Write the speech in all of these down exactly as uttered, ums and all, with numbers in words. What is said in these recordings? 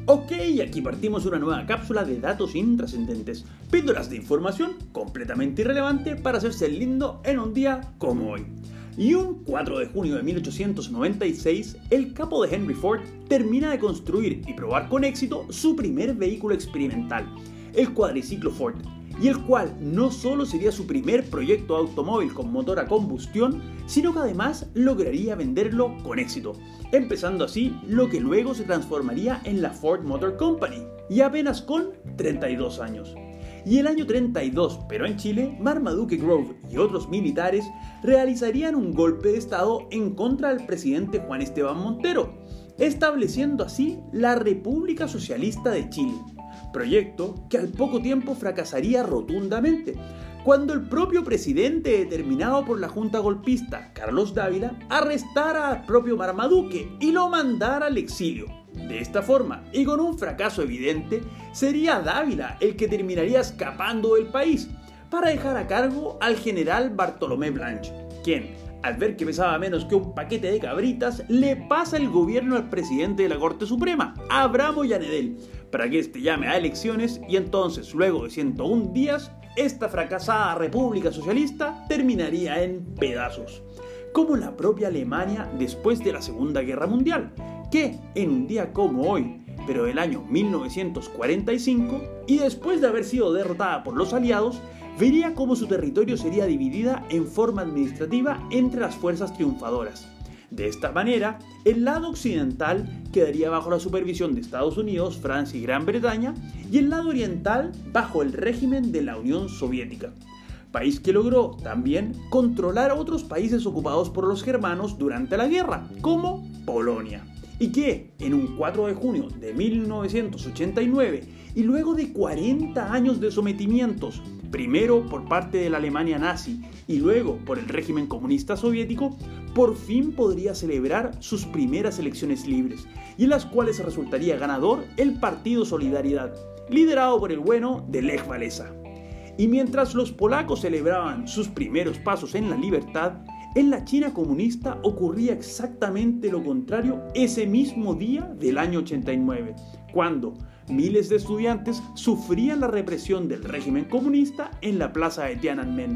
Ok, aquí partimos una nueva cápsula de datos intrascendentes, píldoras de información completamente irrelevante para hacerse el lindo en un día como hoy. Y un cuatro de junio de mil ochocientos noventa y seis, el capo de Henry Ford termina de construir y probar con éxito su primer vehículo experimental, el cuadriciclo Ford, y el cual no solo sería su primer proyecto de automóvil con motor a combustión, sino que además lograría venderlo con éxito, empezando así lo que luego se transformaría en la Ford Motor Company, y apenas con treinta y dos años. Y el año treinta y dos, pero en Chile, Marmaduke Grove y otros militares realizarían un golpe de estado en contra del presidente Juan Esteban Montero, estableciendo así la República Socialista de Chile, proyecto que al poco tiempo fracasaría rotundamente, cuando el propio presidente determinado por la junta golpista, Carlos Dávila, arrestara al propio Marmaduke y lo mandara al exilio. De esta forma, y con un fracaso evidente, sería Dávila el que terminaría escapando del país, para dejar a cargo al general Bartolomé Blanch, quien, al ver que pesaba menos que un paquete de cabritas, le pasa el gobierno al presidente de la Corte Suprema, Abramo Llanedel, para que éste llame a elecciones y entonces, luego de ciento un días, esta fracasada República Socialista terminaría en pedazos, como la propia Alemania después de la Segunda Guerra Mundial, que en un día como hoy, pero del año mil novecientos cuarenta y cinco, y después de haber sido derrotada por los aliados, vería cómo su territorio sería dividida en forma administrativa entre las fuerzas triunfadoras. De esta manera, el lado occidental quedaría bajo la supervisión de Estados Unidos, Francia y Gran Bretaña, y el lado oriental bajo el régimen de la Unión Soviética, país que logró también controlar a otros países ocupados por los germanos durante la guerra, como Polonia, y que en un cuatro de junio de mil novecientos ochenta y nueve, y luego de cuarenta años de sometimientos, primero por parte de la Alemania nazi y luego por el régimen comunista soviético, por fin podría celebrar sus primeras elecciones libres, y en las cuales resultaría ganador el Partido Solidaridad, liderado por el bueno de Lech Walesa. Y mientras los polacos celebraban sus primeros pasos en la libertad, en la China comunista ocurría exactamente lo contrario ese mismo día del año ochenta y nueve, cuando miles de estudiantes sufrían la represión del régimen comunista en la plaza de Tiananmen,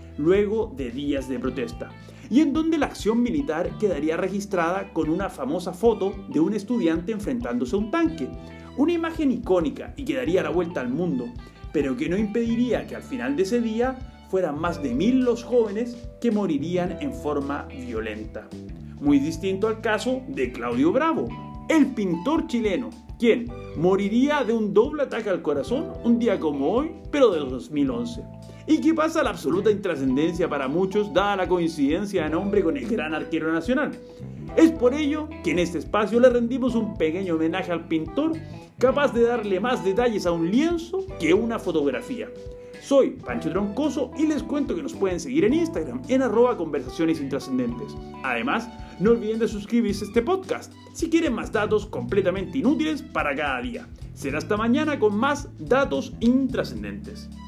luego de días de protesta, y en donde la acción militar quedaría registrada con una famosa foto de un estudiante enfrentándose a un tanque, una imagen icónica y que daría la vuelta al mundo, pero que no impediría que al final de ese día fueran más de mil los jóvenes que morirían en forma violenta. Muy distinto al caso de Claudio Bravo, el pintor chileno, quien moriría de un doble ataque al corazón un día como hoy, pero de dos mil once. Y que pasa la absoluta intrascendencia para muchos, dada la coincidencia de nombre con el gran arquero nacional. Es por ello que en este espacio le rendimos un pequeño homenaje al pintor, capaz de darle más detalles a un lienzo que una fotografía. Soy Pancho Troncoso y les cuento que nos pueden seguir en Instagram en arroba conversaciones intrascendentes. Además, no olviden de suscribirse a este podcast si quieren más datos completamente inútiles para cada día. Será hasta mañana con más datos intrascendentes.